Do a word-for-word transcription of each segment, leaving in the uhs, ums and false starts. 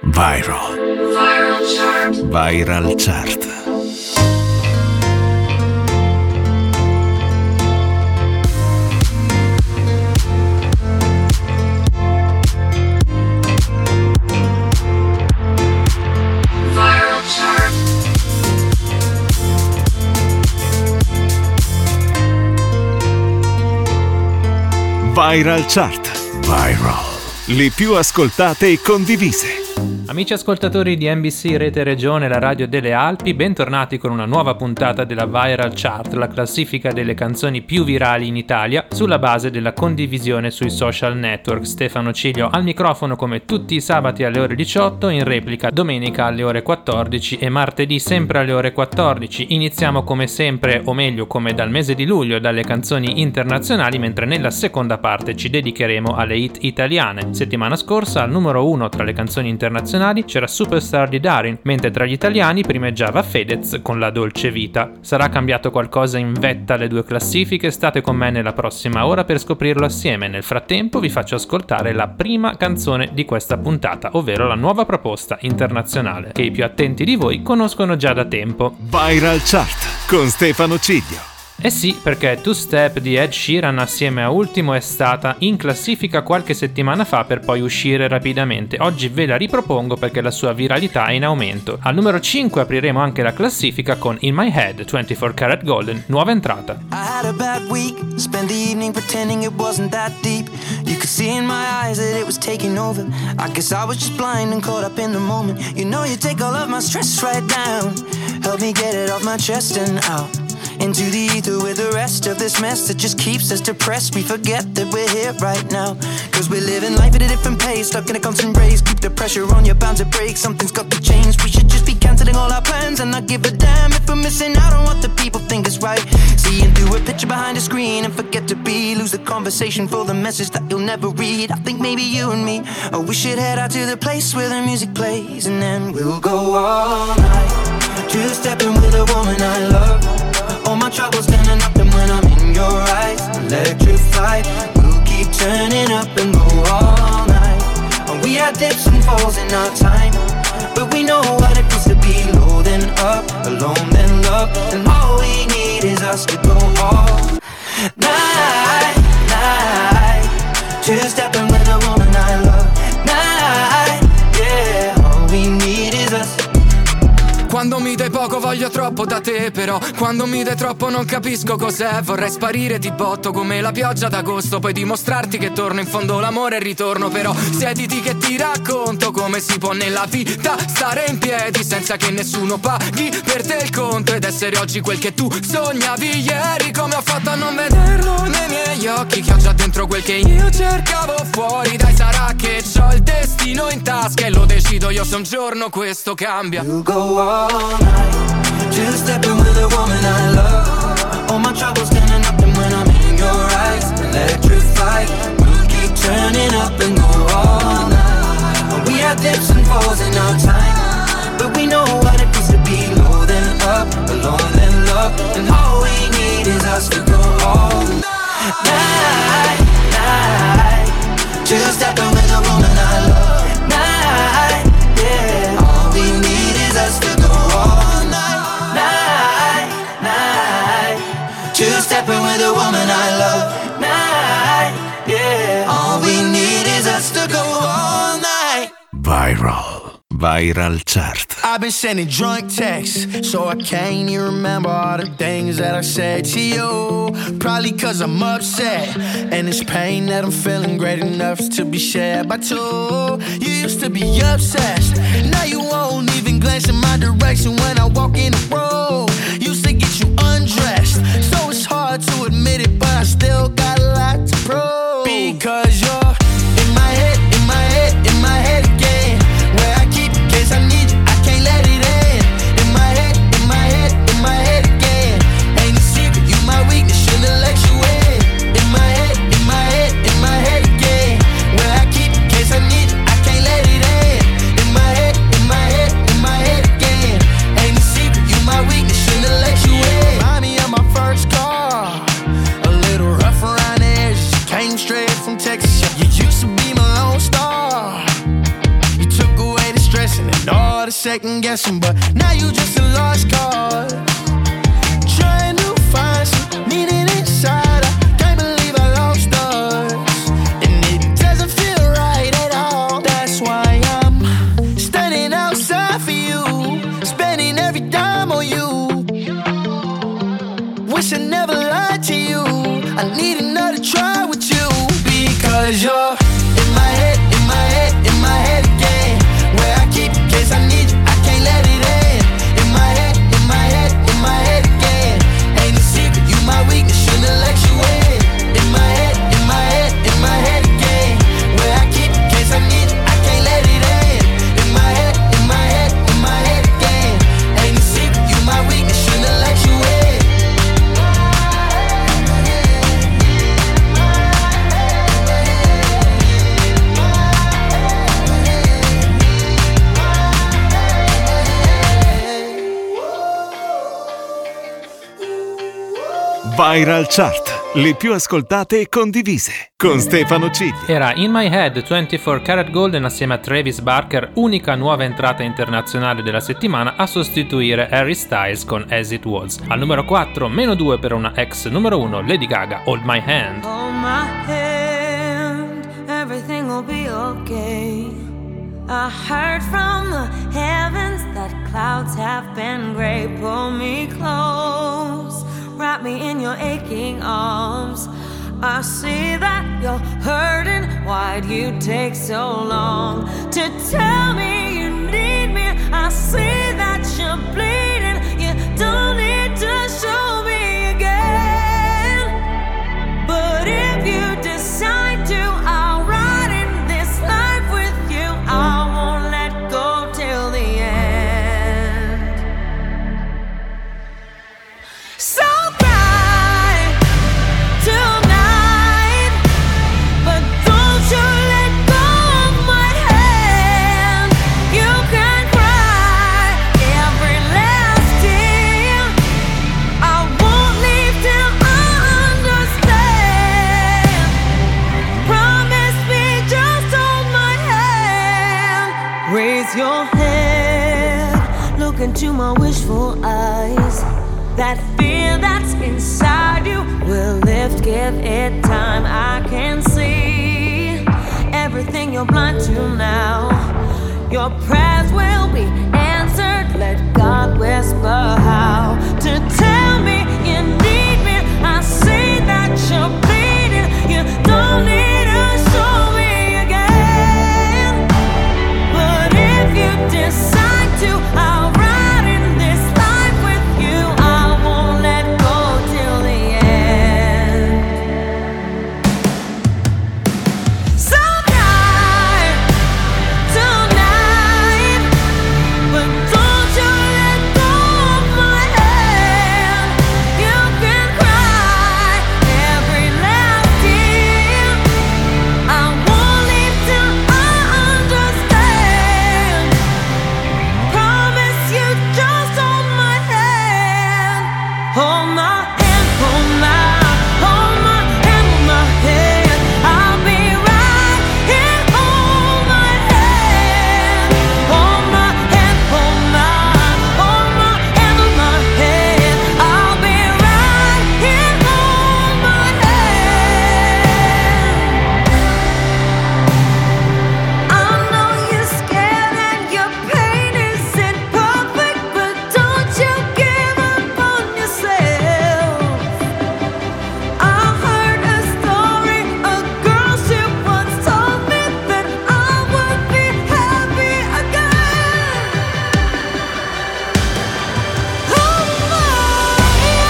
Viral. Viral Chart. Viral Chart. Viral Chart. Viral. Le più ascoltate e condivise. Amici ascoltatori di N B C Rete Regione, la radio delle Alpi, bentornati con una nuova puntata della Viral Chart, la classifica delle canzoni più virali in Italia sulla base della condivisione sui social network. Stefano Ciglio al microfono come tutti i sabati alle ore diciotto, in replica domenica alle ore quattordici e martedì sempre alle ore quattordici. Iniziamo come sempre, o meglio come dal mese di luglio, dalle canzoni internazionali, mentre nella seconda parte ci dedicheremo alle hit italiane. Settimana scorsa al numero uno tra le canzoni internazionali c'era Superstar di Darin, mentre tra gli italiani primeggiava Fedez con La Dolce Vita. Sarà cambiato qualcosa in vetta alle due classifiche? State con me nella prossima ora per scoprirlo assieme. Nel frattempo vi faccio ascoltare la prima canzone di questa puntata, ovvero la nuova proposta internazionale che i più attenti di voi conoscono già da tempo. Viral Chart con Stefano Ciglio. Eh sì, perché Two Step di Ed Sheeran assieme a Ultimo è stata in classifica qualche settimana fa per poi uscire rapidamente. Oggi ve la ripropongo perché la sua viralità è in aumento. Al numero cinque apriremo anche la classifica con In My Head, ventiquattro Karat Golden, nuova entrata. I had a bad week, spent the evening pretending it wasn't that deep. You could see in my eyes that it was taking over. I guess I was just blind and caught up in the moment. You know you take all of my stress right down. Help me get it off my chest and out into the ether with the rest of this mess that just keeps us depressed. We forget that we're here right now, cause we're living life at a different pace, stuck in a constant race. Keep the pressure on, you're bound to break. Something's got to change. We should just be cancelling all our plans and not give a damn if we're missing out on what the people think is right. Seeing through a picture behind a screen and forget to be. Lose the conversation for the message that you'll never read. I think maybe you and me, oh, we should head out to the place where the music plays, and then we'll go all night, two-stepping with a woman I love. All my troubles standing up, and when I'm in your eyes, electrified. We'll keep turning up and go all night. And we had dips and falls in our time, but we know what it feels to be low then up, alone then love. And all we need is us to go all night, night. Two-stepping with a woman I love. Night, yeah. All we need is us. Quando mi dai poco voglio troppo da te, però quando mi dai troppo non capisco cos'è. Vorrei sparire di botto come la pioggia d'agosto, poi dimostrarti che torno in fondo l'amore e ritorno. Però siediti che ti racconto come si può nella vita stare in piedi senza che nessuno paghi per te il conto, ed essere oggi quel che tu sognavi ieri. Come ho fatto a non vederlo nei miei occhi, che ho già dentro quel che io cercavo fuori. Dai, sarà che c'ho il destino in tasca e lo decido io se un giorno questo cambia. We'll go all night, two-stepping with a woman I love. All my troubles standing up, and when I'm in your eyes, electrified. We'll keep turning up and go all night. We had dips and falls in our time, but we know what it feels to be low then up, alone then love. And all we need is us to go all night, night. Two-stepping with a woman I love. Night, yeah. All we need is us to go all night, night, night. Two-stepping with a woman I love. Night, yeah. All we need is us to go all night. Viral. Viral Chart. I've been sending drunk texts, so I can't even remember all the things that I said to you. Probably cause I'm upset, and it's pain that I'm feeling great enough to be shared by two. You used to be obsessed, now you won't even glance in my direction when I walk in the room. Used to get you undressed, so it's hard to admit it, but I still got a lot to prove. Because you're in my head, in my head, in my head again. Where I keep in case I need you, I can't let it in. In my head, in my head, in my head again. Ain't a secret, you my weakness, shouldn't let you in. In my head, in my head, in my head again. Where I keep in case I need you, I can't let it in. In my head, in my head, in my head again. Ain't a secret, you my weakness, shouldn't let you in. Remind me of my first car, a little rough around started second guessing, but now you just a lost cause. Trying to find some meaning inside. I can't believe I lost us, and it doesn't feel right at all. That's why I'm standing outside for you, spending every dime on you. Wish I never lied to you. I need another try with you, because you're in my head, in my head, in my head again. Where I keep in case I need you, I can't let it in. In my head, in my head, in my head again. Ain't a secret, you my weakness, shouldn't have let you in. In my head, in my head, in my head again. Where I keep in case I need you, I can't let it in. In my head, in my head, in my head again. Ain't a secret, you my weakness, shouldn't have let you in. Viral Chart, le più ascoltate e condivise, con Stefano Ciglia. Era In My Head ventiquattro Karat Golden assieme a Travis Barker, unica nuova entrata internazionale della settimana, a sostituire Harry Styles con As It Was. Al numero quattro, meno due per una ex numero uno, Lady Gaga, Hold My Hand. Hold my hand, everything will be okay. I heard from the heavens that clouds have been gray. Pull me close, wrap me in your aching arms. I see that you're hurting. Why'd you take so long to tell me you need me? I see that you're bleeding. You don't need to show me again. But if you decide to, I'll ride in this life with you. I won't let go till the end. So cry tonight, but don't you let go of my hand. You can cry every last tear. I won't leave till I understand. Promise me, just hold my hand. Raise your head, look into my wishful eyes. That fear that's inside you will lift, give it time. I can see everything you're blind to now. Your prayers will be answered. Let God whisper how to tell me you need me. I see that you're bleeding. You don't need to show me again. But if you decide to, I'll ride in this life with you. I won't let go till the end. So cry tonight, but don't you let go of my hand. You can cry every last tear. I won't leave till I understand. Promise you, just hold my hand. Hold my hand, hold my, hold my hand, hold my hand. I'll be right here. Hold my hand, hold my hand, hold my, hold my hand, hold my hand. I'll be right here. Hold my hand. I know you're scared and your pain isn't perfect, but don't you give up on yourself. I heard a story, a girl she once told me that I would be happy again. Hold my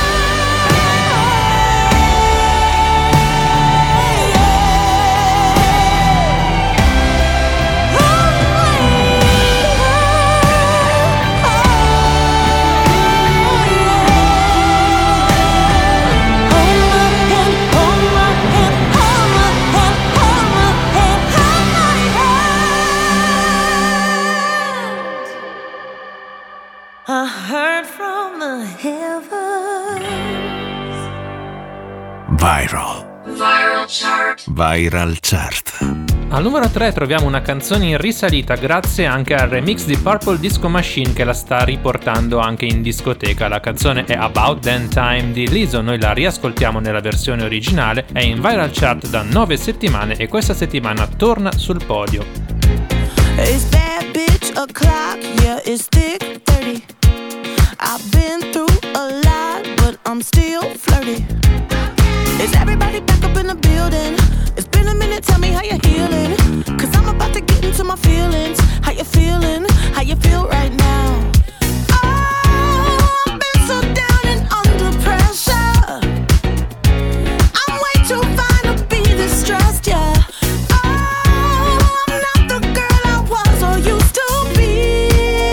I heard from the heavens. Viral. Viral Chart. Viral Chart. Al numero tre troviamo una canzone in risalita grazie anche al remix di Purple Disco Machine che la sta riportando anche in discoteca. La canzone è About That Time di Lizzo, noi la riascoltiamo nella versione originale, è in viral chart da nove settimane e questa settimana torna sul podio. It's bad bitch o'clock, yeah, it's thick thirty. I've been through a lot, but I'm still flirty. Is everybody back up in the building? It's been a minute, tell me how you're healing. Cause I'm about to get into my feelings. How you feeling? How you feel right now? Oh, I've been so down and under pressure. I'm way too fine to be this stressed, yeah. Oh, I'm not the girl I was or used to be.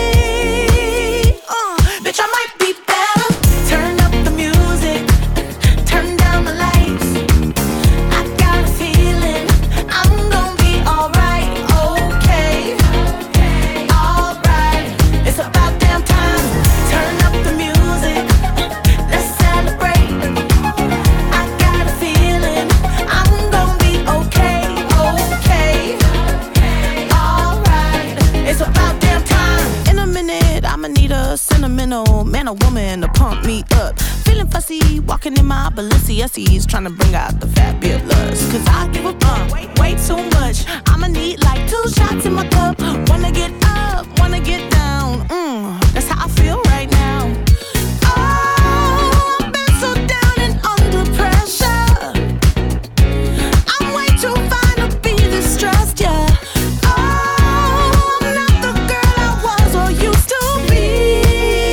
Uh, bitch, I might be better. Turn up the music. Turn down the lights. I got a feeling I'm gonna be alright, okay, alright. It's about damn time. Turn up the music. Let's celebrate. I got a feeling I'm gonna be okay, okay, alright. It's about damn time. In a minute, I'ma need a sentimental man or woman to pump me up. Feeling fussy, walking in my Balenciennes, trying to bring out the fabulous. Cause I give a fuck way, way too much. I'ma need like two shots in my cup. Wanna get up, wanna get down. Mm, that's how I feel right now. Oh, I've been so down and under pressure. I'm way too fine to be this stressed, yeah. Oh, I'm not the girl I was or used to be.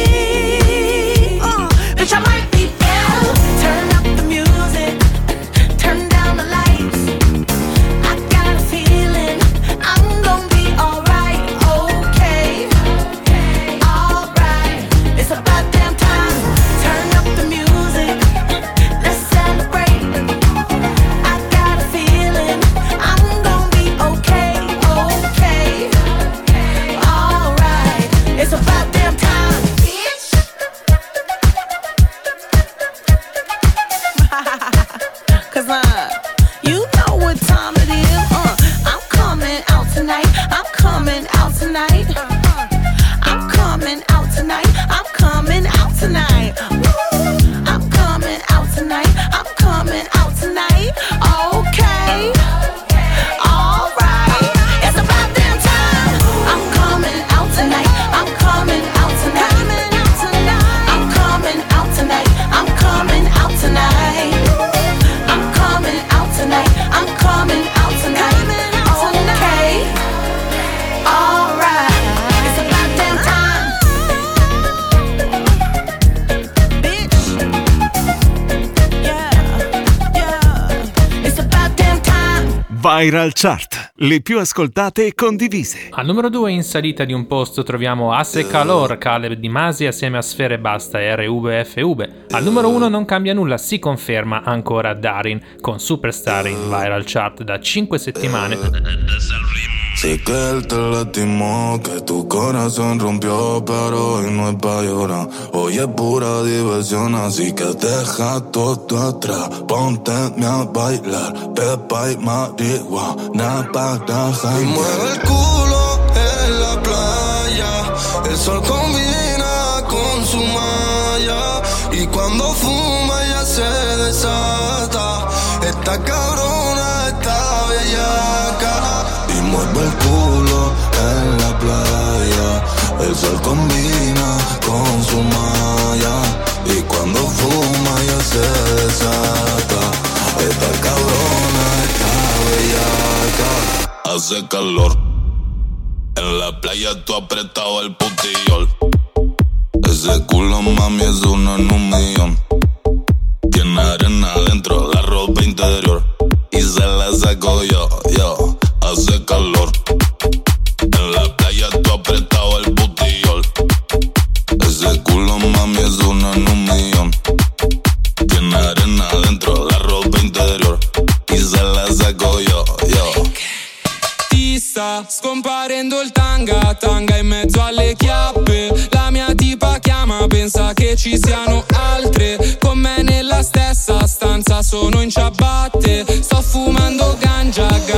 Uh, bitch, I might be better. Turn up the music. Turn down the lights. I got a feeling I'm gonna be alright, okay, alright. It's about damn time. Turn up the music. Let's celebrate. I got a feeling I'm gonna be okay, okay, alright. It's about damn time, bitch. Cause uh, you know what time it is. Uh, I'm coming out tonight. I'm coming out tonight. I'm coming out tonight. I'm coming out tonight. Woo. I'm coming out tonight. I'm coming out tonight. Okay. Alright. It's about damn time. I'm coming out tonight. I'm coming out tonight. I'm coming out tonight. I'm coming out tonight. I'm coming out tonight. I'm coming out tonight. Okay. Alright. It's about damn time. Bitch. Yeah. Yeah. It's about damn time. Viral Chart, le più ascoltate e condivise. Al numero due in salita di un posto troviamo Asse Calor, Caleb Di Masi assieme a Sfere Basta e R V F V. Al numero uno non cambia nulla, si conferma ancora Darin con Superstar in Viral Chart da cinque settimane. Sí que él te lastimó, que tu corazón rompió, pero hoy no es pa' llorar. Hoy es pura diversión, así que deja todo atrás. Ponte a bailar, pepa y marihuana para janguear. Y mueve el culo en la playa, el sol combina con su malla. Y cuando fuma ya se desata, esta cabrona está bellaca. Y mueve el culo en la playa, el sol combina con su malla. Y cuando fuma ya se desata, esta cabrona está bellaca. Hace calor, en la playa tú apretado el putillol. Ese culo mami es uno en un millón. Tiene arena dentro la ropa interior y se la saco yo, yo. Hace calor, en la playa tú apretado el botillol. Ese culo mami es uno en un millón. Tiene arena dentro la ropa interior y se la saco yo, yo. Ti sta scomparendo il tanga, tanga in mezzo alle chiappe. La mia tipa chiama, pensa che ci siano altre con me nella stessa stanza, sono in ciabatte. Sto fumando ganja, ganja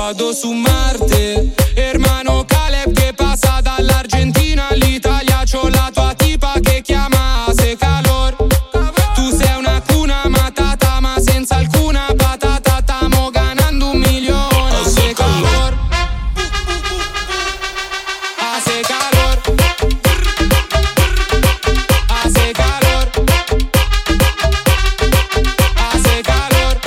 vado su Marte. Hermano Caleb che passa dall'Argentina all'Italia, c'ho la tua tipa che chiama Hace Calor. Tu sei una cuna matata ma senza alcuna patata, stamo ganando un milione. Hace calor, hace calor, hace calor, hace calor.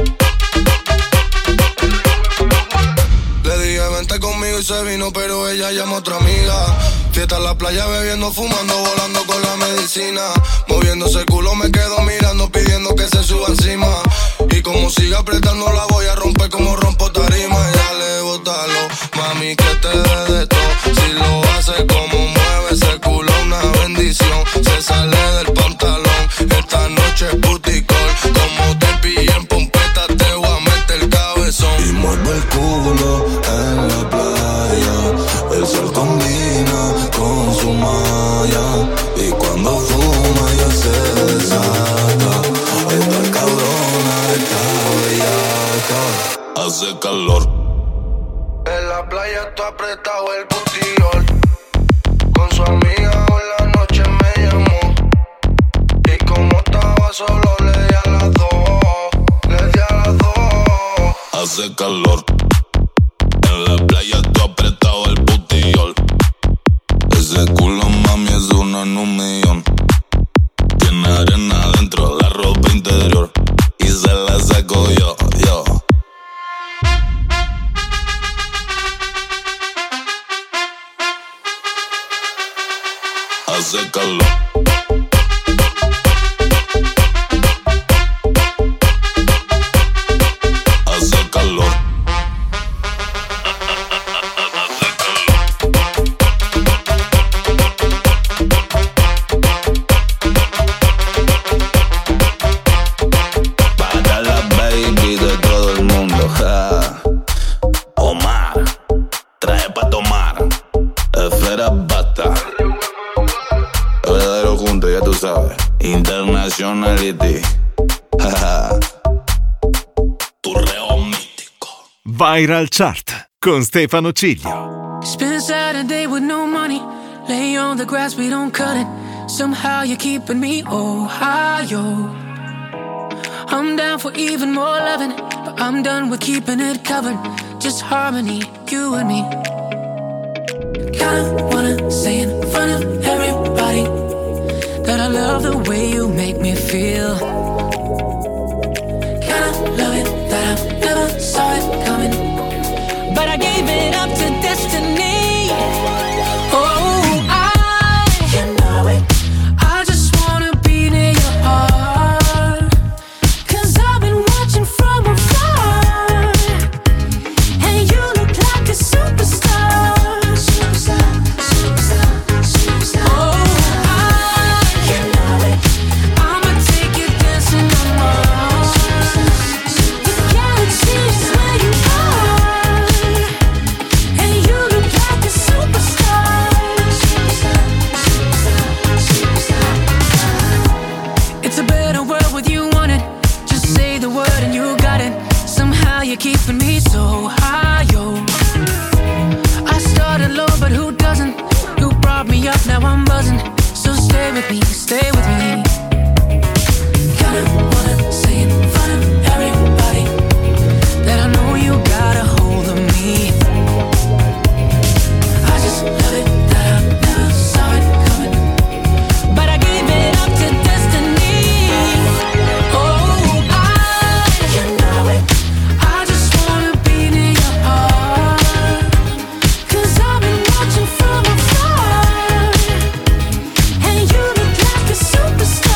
Le dije vente conmigo y se vino, pero ella llama a otra amiga. Fiesta en la playa, bebiendo, fumando, volando con la medicina. Moviéndose el culo me quedo mirando, pidiendo que se suba encima. Y como siga apretando la voy a romper como rompo tarima. Y dale, bótalo, mami, que te dé de todo. Si lo hace como mueve ese culo, una bendición. Se sale del pantalón, esta noche es booty call. Como te pillé en pompeta, te voy a meter el cabezón. Y mueve el culo en la playa, el sol combina con su malla. Y cuando fuma ya se desata. Esta cabrona está bellaca. Hace calor. En la playa está apretado el butiol. Con su amiga hoy la noche me llamó. Y como estaba solo le di a las dos. Le di a las dos. Hace calor. En la playa está apretado el butiol. Ese culo mami es uno en un millón. Tiene arena dentro la ropa interior y se la saco yo, yo. Hace calor. Hace calor. Internationality. Turreo mítico. Viral Chart con Stefano Ciglio. Spend Saturday with no money, lay on the grass, we don't cut it. Somehow you're keeping me Ohio. I'm down for even more loving, but I'm done with keeping it covered. Just harmony, you and me. Kinda wanna say in front of everybody that I love the way you make me feel. Kinda love it that I never saw it coming, but I gave it up to destiny. Oh, I, you know it, I just wanna be near your heart, 'cause I've been watching from afar, and you look like a superstar. Superstar, superstar, superstar. Oh, you're keeping me so high, yo. I started low, but who doesn't? You brought me up, now I'm buzzing. So stay with me, stay with me. Kinda wanna say in front of everybody that I know you got a hold of me. I just love it that I never saw it coming, but I gave it up to destiny. Oh, I, you know it, I just wanna be near your heart, 'cause I've been watching from afar, and you look like a superstar.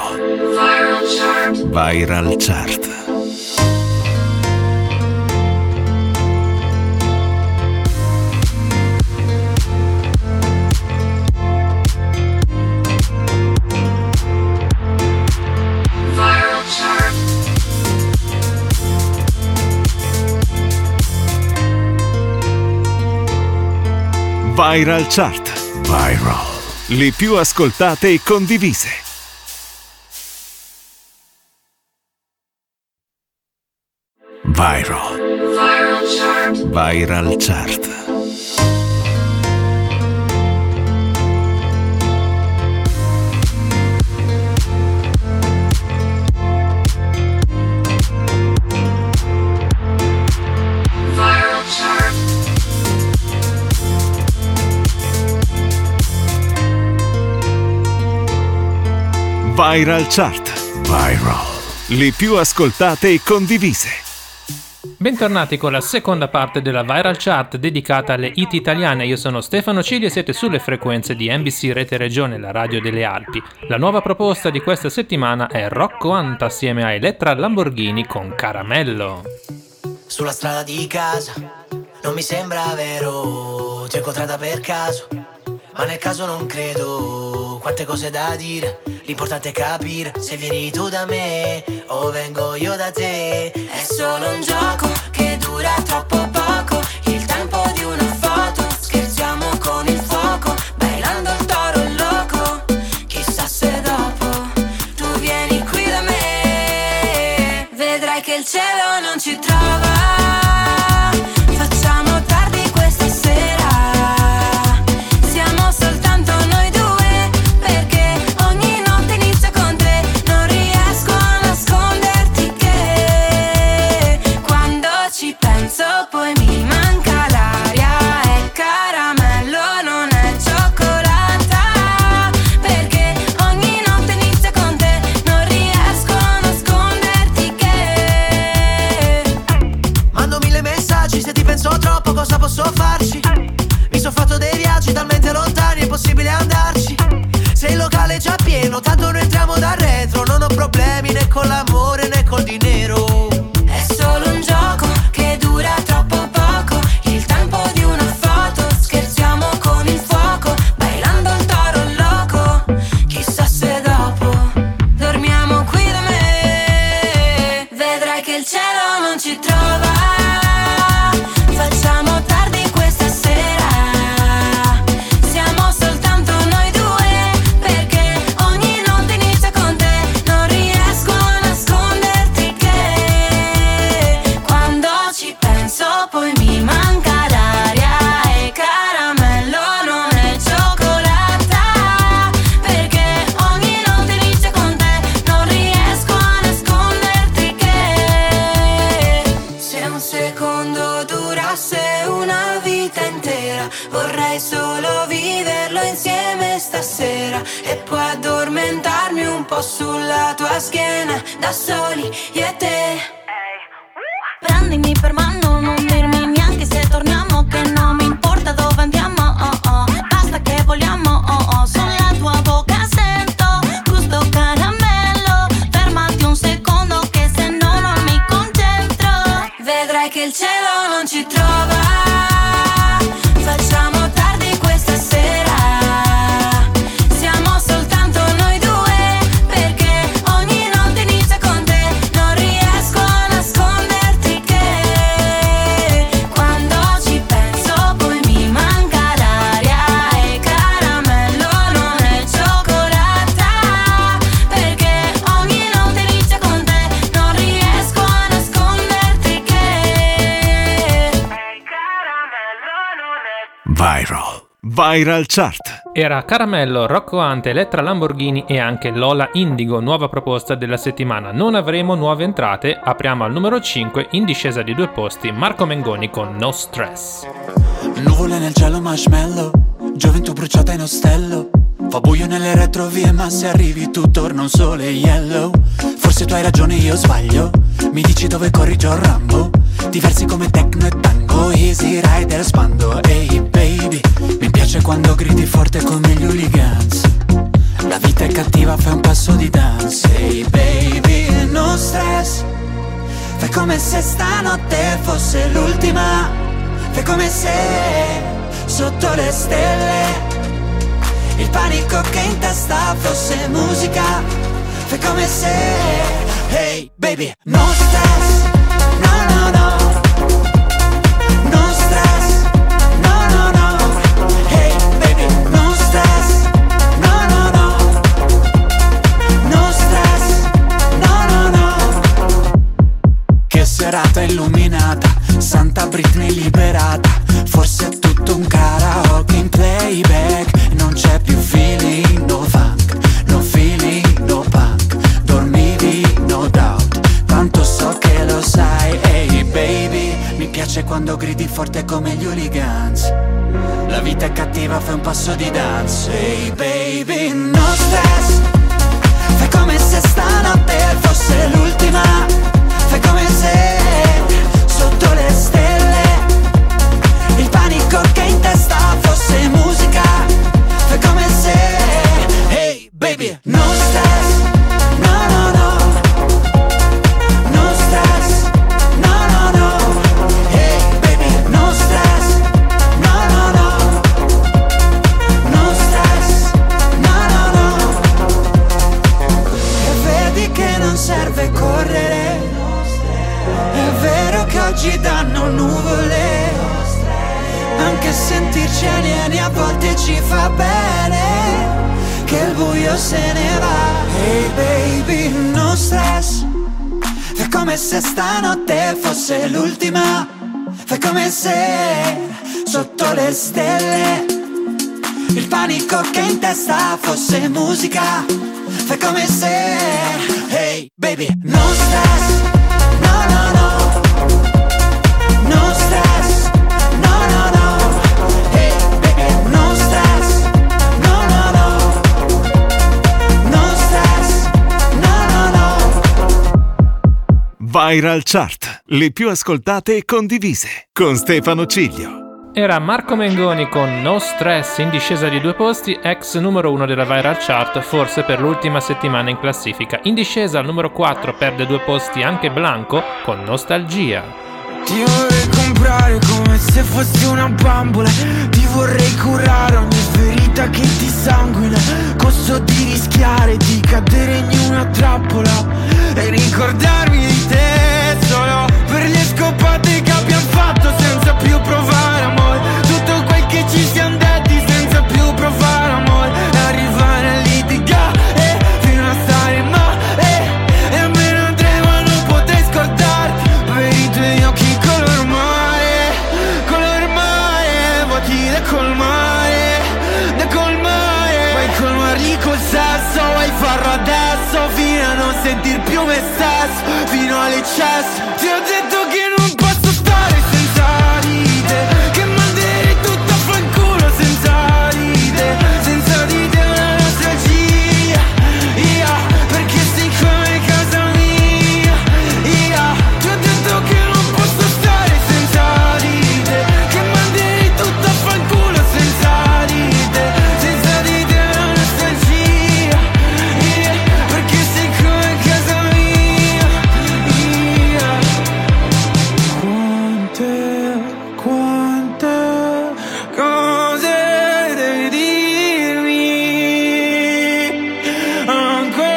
Viral. Viral Chart. Viral Chart. Viral. Le più ascoltate e condivise. Viral. Viral Chart. Viral Chart. Viral Chart. Viral. Le più ascoltate e condivise. Bentornati con la seconda parte della Viral Chart dedicata alle hit italiane. Io sono Stefano Cili e siete sulle frequenze di N B C Rete Regione, la radio delle Alpi. La nuova proposta di questa settimana è Rocco Hunt assieme a Elettra Lamborghini con Caramello. Sulla strada di casa, non mi sembra vero, ti ho incontrata per caso, ma nel caso non credo, quante cose da dire, l'importante è capire se vieni tu da me o vengo io da te. È solo un gioco che dura troppo poco, il tempo di una foto, scherziamo con il fuoco, bailando il toro loco, chissà se dopo tu vieni qui da me, vedrai che il cielo non ci trova. Facciamo tardi questa sera, siamo soltanto noi due, perché ogni notte inizia con te, non riesco a nasconderti che quando ci penso poi mi manca l'aria, è caramello, non è cioccolata, perché ogni notte inizia con te, non riesco a nasconderti che mando mille messaggi, se ti penso troppo cosa posso farci? Mi son fatto dei viaggi talmente lontani è possibile andarci. Se il locale è già pieno tanto noi entriamo da retro, non ho problemi né con l'amore né col dinero. È solo un gioco che dura troppo poco, il tempo di una foto, scherziamo con il fuoco, bailando il toro loco, chissà se dopo dormiamo qui da me, vedrai che il cielo non ci trova. Facciamo tardi questa sera, siamo soltanto noi due, perché ogni notte inizia con te, non riesco a nasconderti che quando ci penso poi mi manca l'aria, e caramello non è cioccolata, perché ogni notte inizia con te, non riesco a nasconderti che se un secondo durasse una vita intera, vorrei solo viverlo insieme stasera e poi addormentarmi un po' sulla tua schiena, da soli io e te. Prendimi per mano, non dirmi neanche se torniamo, che non mi importa dove andiamo, oh oh, basta che vogliamo, oh oh, sulla tua bocca sento gusto caramello, fermati un secondo che se no non mi concentro, vedrai che il cielo non ci trova. Facciamo tardi questa sera, siamo soltanto noi due, perché ogni notte inizia con te, non riesco a nasconderti che quando ci penso poi mi manca l'aria, e caramello non è cioccolata, perché ogni notte inizia con te, non riesco a nasconderti che Viral. Viral Chart. Era Caramello, Rocco Hunt, Elettra Lamborghini e anche Lola Indigo, nuova proposta della settimana. Non avremo nuove entrate, apriamo al numero cinque, in discesa di due posti, Marco Mengoni con No Stress. Nuvole nel cielo marshmallow, gioventù bruciata in ostello, fa buio nelle retrovie ma se arrivi tu torna un sole yellow. Forse tu hai ragione, io sbaglio, mi dici dove corri John Rambo, diversi come techno e tango, easy rider spando. Ehi hey baby, mi piace quando gridi forte come gli hooligans, La vita è cattiva, fai un passo di danza. Hey baby, no stress. Fai come se stanotte fosse l'ultima. Fai come se sotto le stelle il panico che in testa fosse musica. Fai come se, hey baby, no stress. No, no, no. No stress. No, no, no. Hey baby, no stress. No, no, no. No stress. No, no, no. Che serata illuminata, Santa Britney liberata. Forse è tutto un karaoke in playback. Non c'è più feeling, no funk, no feeling, no punk. Dormivi, no doubt, tanto so che lo sai. Hey baby, mi piace quando gridi forte come gli hooligans. La vita è cattiva, fai un passo di danza. Hey baby, no stress. Fai come se stanotte fosse l'ultima. Fai come se sotto le stelle il panico che in testa fosse musica. Fai come se, hey baby, no stress. No, no, no. No stress. No, no, no. Hey baby, no stress. No, no, no. No stress. No, no, no. E vedi che non serve correre. È vero che oggi danno nuvole. Anche sentirci alieni a volte ci fa bene. Che il buio se ne va. Hey baby, no stress. Fai come se stanotte fosse l'ultima. Fai come se sotto le stelle il panico che in testa fosse musica. Fai come se, hey baby, no stress. No, no, no. No stress. No, no, no. Hey baby, no stress. No, no, no. No stress. No, no, no. Viral Chart, le più ascoltate e condivise, con Stefano Ciglio. Era Marco Mengoni con No Stress, in discesa di due posti, ex numero uno della Viral Chart, forse per l'ultima settimana in classifica. In discesa al numero quattro perde due posti anche Blanco con Nostalgia. Ti vorrei comprare come se fossi una bambola. Ti vorrei curare ogni ferita che ti sanguina. Costo di rischiare di cadere in una trappola e ricordarmi di te solo per le scopate che abbiamo fatto senza più provare amore. Tutto quel che ci siamo detti senza più provare amore. E arrivare a litigare fino a stare male. E a me non trema, non potrei scordarti per i tuoi occhi color mare. Color mare, vuoti da colmare. Da colmare. Vuoi colmarli col sesso, vuoi farlo adesso fino a non sentir più me stesso, fino all'eccesso. Ti ho detto che non posso stare senza di te, che manderei tutto a fanculo senza di te. Senza di te una nostalgia, yeah, perché sei come casa mia, yeah. Ti ho detto che non posso stare senza di te, che manderei tutto a fanculo senza di te. Senza di te una nostalgia, yeah, perché sei come casa mia, yeah. Quante, quante cose devi dirmi ancora.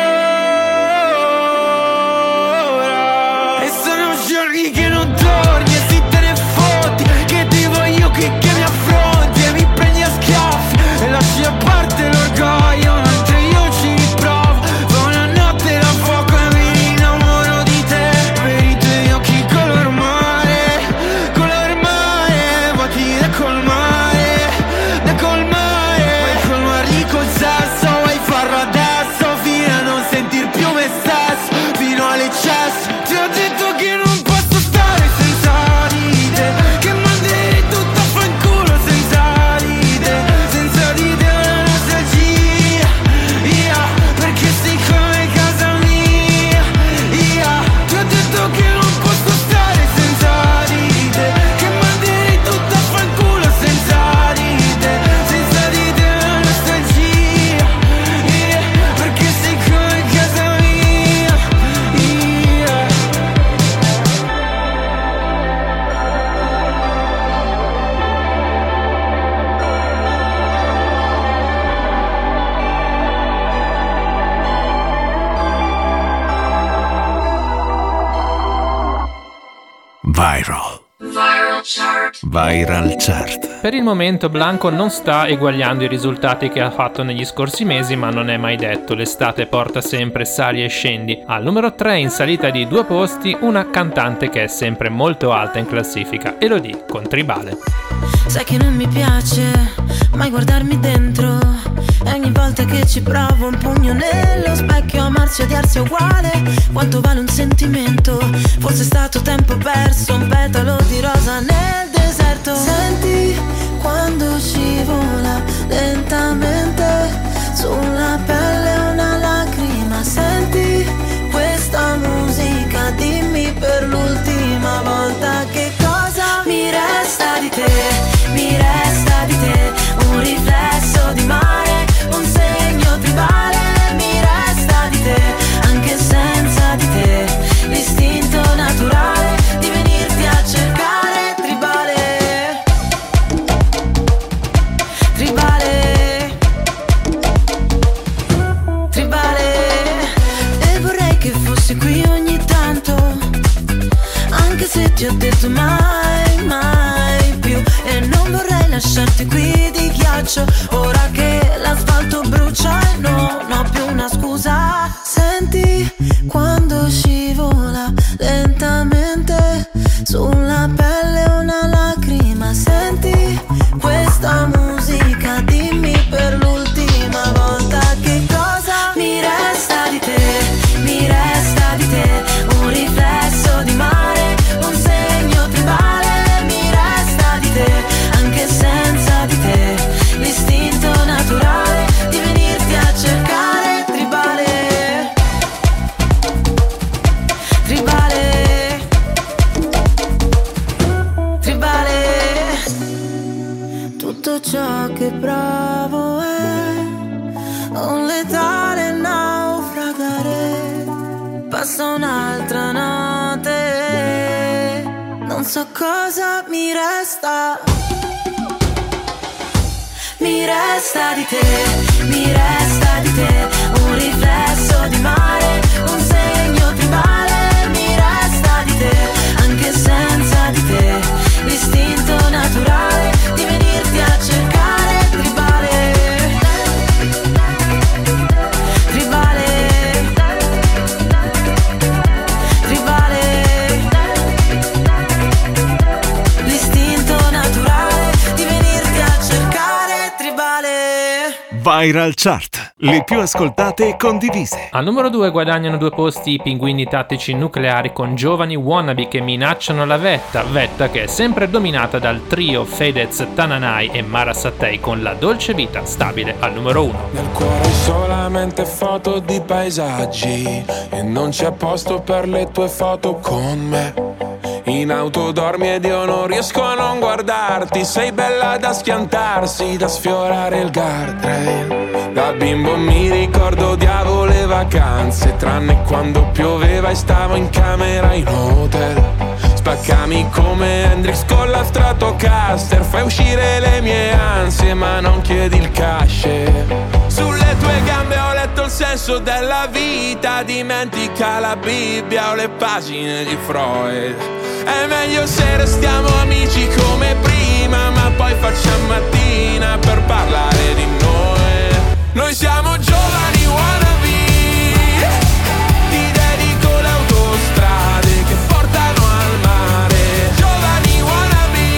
E sono giorni che non torni e si te ne fotti, che ti voglio qui che mi affronti e mi prendi a schiaffi e lasci a parte l'orgoglio mentre io ci riprovo. Fa una notte da fuoco e mi innamoro di te, per i tuoi occhi color mare. Color mare, vuoti da colmare. Da colmare. Vuoi colmarli col sesso, vuoi farlo adesso fino a non sentir più me stesso, fino all'eccesso. Ti ho detto che non posso stare senza di te, che manderei tutto a fanculo senza di te. Senza di te una nostalgia, yeah, perché sei come casa mia, yeah. Ti ho detto che non posso stare senza di te, che manderei tutto a fanculo senza di te. Senza di te una nostalgia, yeah, Viral. Viral Chart. Viral Chart. Per il momento Blanco non sta eguagliando i risultati che ha fatto negli scorsi mesi, ma non è mai detto, l'estate porta sempre sali e scendi. Al numero tre, in salita di due posti, una cantante che è sempre molto alta in classifica, Elodie con Tribale. Sai che non mi piace mai guardarmi dentro, e ogni volta che ci provo un pugno nello specchio, amarsi e odiarsi è uguale. Quanto vale un sentimento? Forse è stato tempo perso, un petalo di rosa nel deserto. Senti quando scivola lentamente sulla pelle una lacrima. Senti questa musica, dimmi per l'ultima volta che cosa mi resta di te. Mi resta di te un riflesso di mare, un segno tribale. Mi resta di te anche senza di te, l'istinto naturale di venirti a cercare. Tribale, tribale, tribale. E vorrei che fossi qui ogni tanto, anche se ti ho detto mai, mai più. E non vorrei lasciarti qui di ghiaccio, ora che l'asfalto brucia e non ho più una scusa. Senti quando scivola lentamente sulla pelle una lacrima. Senti questa musica, dimmi per l'ultima volta che cosa mi resta di te. Mi resta di te un riflesso di mare, un segno tribale. Mi resta di te anche senza di te, l'istinto naturale di venirti a cercare. Tribale, tribale, tribale. Tutto ciò che provo è un letale naufragare. Passa un'altra notte, non so cosa mi resta. Mi resta di te, mi resta di te un riflesso di mare, un segno tribale. Mi resta di te anche senza di te, l'istinto naturale di venirti a cercare. Tribale, tribale, tribale, l'istinto naturale di venirti a cercare. Tribale. Viral Chart. Le più ascoltate e condivise. Al numero due guadagnano due posti i Pinguini Tattici Nucleari con Giovani Wannabe che minacciano la vetta, vetta che è sempre dominata dal trio Fedez, Tananai e Mara Sattei con La Dolce Vita, stabile al numero uno. Nel cuore solamente foto di paesaggi e non c'è posto per le tue foto con me. In auto dormi ed io non riesco a non guardarti. Sei bella da schiantarsi, da sfiorare il guardrail. Da bimbo mi ricordo odiavo le vacanze, tranne quando pioveva e stavo in camera in hotel. Spaccami come Hendrix con la Stratocaster, fai uscire le mie ansie ma non chiedi il cash. Sulle tue gambe ho letto il senso della vita, dimentica la Bibbia o le pagine di Freud. È meglio se restiamo amici come prima, ma poi facciamo mattina per parlare di noi. Noi siamo giovani wannabe, ti dedico le autostrade che portano al mare. Giovani wannabe,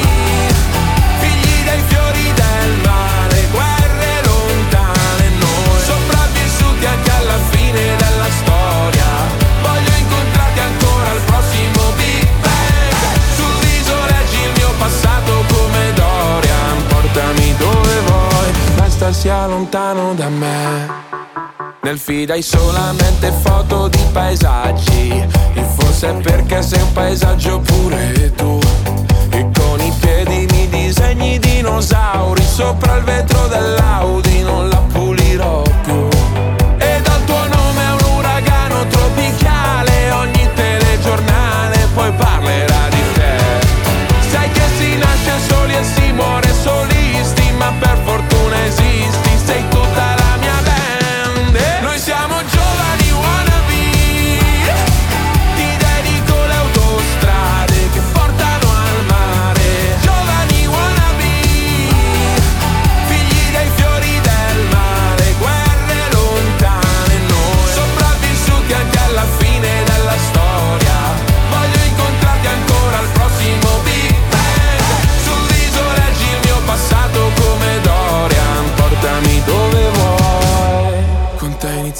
figli dei fiori del mare, guerre lontane noi, sopravvissuti anche alla fine della storia. Voglio incontrarti ancora al prossimo Big Bang, sul viso leggi il mio passato come Dorian. Portami dove vuoi, basta sia lontano da me. Nel feed hai solamente foto di paesaggi, e forse è perché sei un paesaggio pure tu. E con i piedi mi disegni dinosauri sopra il vetro dell'Audi, non la pulirò più. E dal tuo nome è un uragano tropicale, ogni telegiornale poi parlerà di te. Sai che si nasce soli e si muore solisti, ma per fortuna esisti, sei tutta la mia band. Noi siamo giovani wannabe, ti dedico le autostrade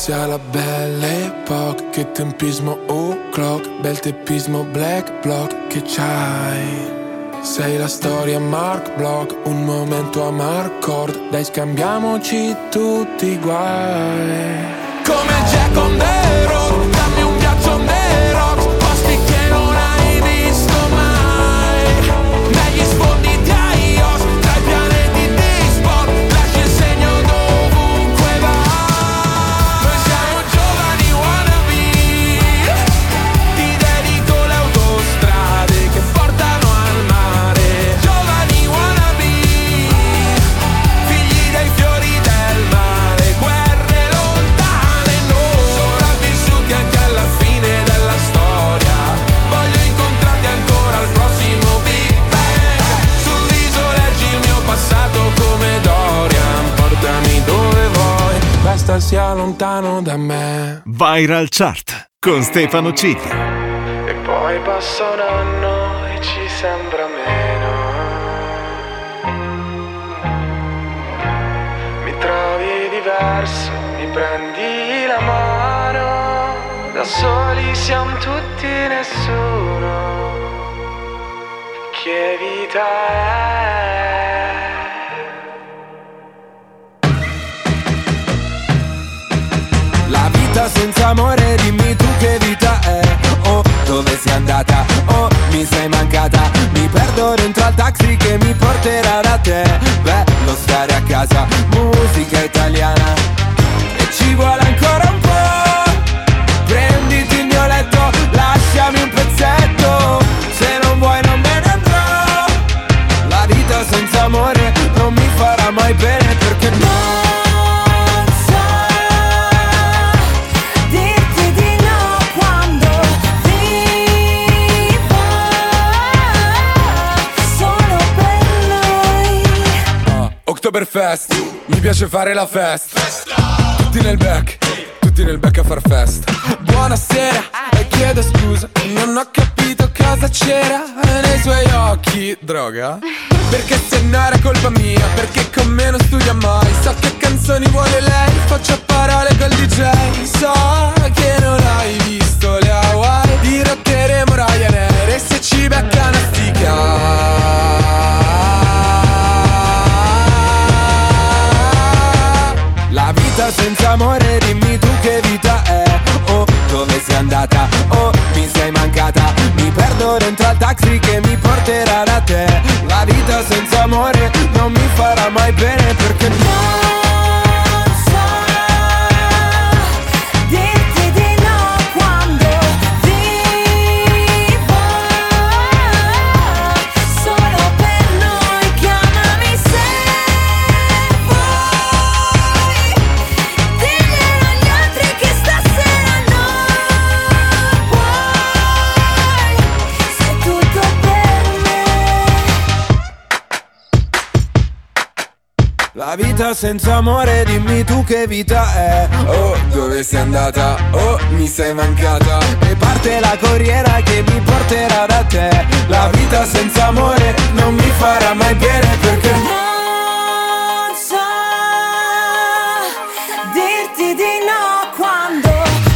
sia la belle epoque, che tempismo o'clock, bel teppismo black block che c'hai. Sei la storia Mark Block, un momento a Marcord, dai scambiamoci tutti i guai. Come Jack on the road, dammi un viaggio on the rocks, posti che non hai visto mai, negli sfondi di iOS, tra i pianeti di sport, lascia il segno dovunque vai. Noi siamo giovani wannabe, ti dedico le autostrade che portano al mare. Giovani wannabe, figli dei fiori del mare, guerre lontane, noi sopravvissuti anche alla fine della storia. Voglio incontrarti ancora al prossimo Big Bang. Sull'iso leggi il mio passato come Dorian, portami dove vuoi, basta sia lontano da me. Viral Chart con Stefano Ciglio. E poi passa un anno e ci sembra meno. Mi trovi diverso, mi prendi la mano. Da soli siamo tutti nessuno. Che vita è? La vita senza amore, dimmi tu che vita è. Oh, dove sei andata? Oh, mi sei mancata. Mi perdo dentro al taxi che mi porterà da te. Bello stare a casa, musica italiana. E ci vuole ancora un po'. Prenditi il mio letto, lasciami un pezzetto. Se non vuoi non me ne andrò. La vita senza amore non mi farà mai bene, perché no. Oktoberfest, mi piace fare la festa. Tutti nel back, tutti nel back a far festa. Buonasera, e chiedo scusa, non ho capito cosa c'era nei suoi occhi. Droga? Perché se no era colpa mia, perché con me non studia mai. So che canzoni vuole lei, faccio a parole col D J. So che non hai visto le Hawaii, dirotteremo Ryanair e se ci becca una stica. La vita senza amore, dimmi tu che vita è. Oh, dove sei andata? Oh, mi sei mancata. Mi perdo dentro al taxi che mi porterà da te. La vita senza amore non mi farà mai bene, perché no. La vita senza amore, dimmi tu che vita è. Oh, dove sei andata? Oh, mi sei mancata. E parte la corriera che mi porterà da te. La vita senza amore non mi farà mai bene, perché non so dirti di no quando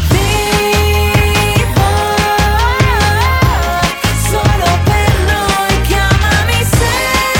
vivo solo per noi. Chiamami se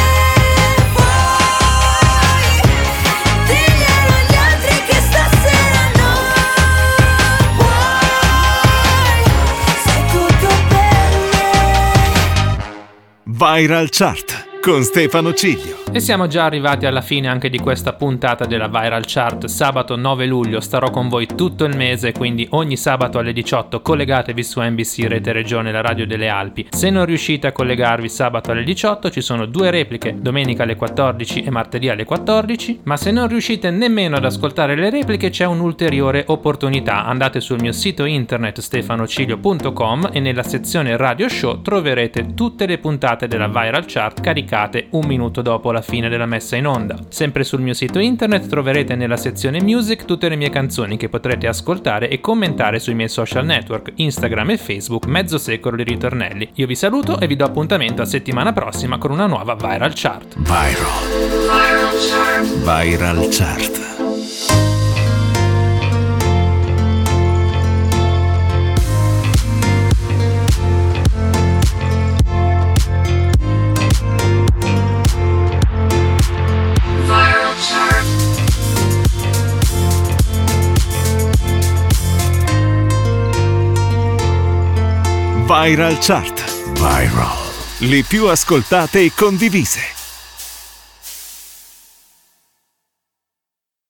vuoi, diglielo agli altri che stasera non vuoi, sei tutto per me. Viral Chart con Stefano Ciglio. E siamo già arrivati alla fine anche di questa puntata della Viral Chart. Sabato nove luglio starò con voi tutto il mese, quindi ogni sabato alle diciotto collegatevi su N B C Rete Regione, la radio delle Alpi. Se non riuscite a collegarvi sabato alle diciotto ci sono due repliche, domenica alle quattordici e martedì alle quattordici, ma se non riuscite nemmeno ad ascoltare le repliche c'è un'ulteriore opportunità. Andate sul mio sito internet stefanociglio punto com e nella sezione Radio Show troverete tutte le puntate della Viral Chart caricate un minuto dopo la fine della messa in onda. Sempre sul mio sito internet troverete nella sezione Music tutte le mie canzoni che potrete ascoltare e commentare sui miei social network, Instagram e Facebook, mezzo secolo di ritornelli. Io vi saluto e vi do appuntamento a settimana prossima con una nuova Viral Chart. Viral. Viral Chart. Viral Chart. Viral. Le più ascoltate e condivise.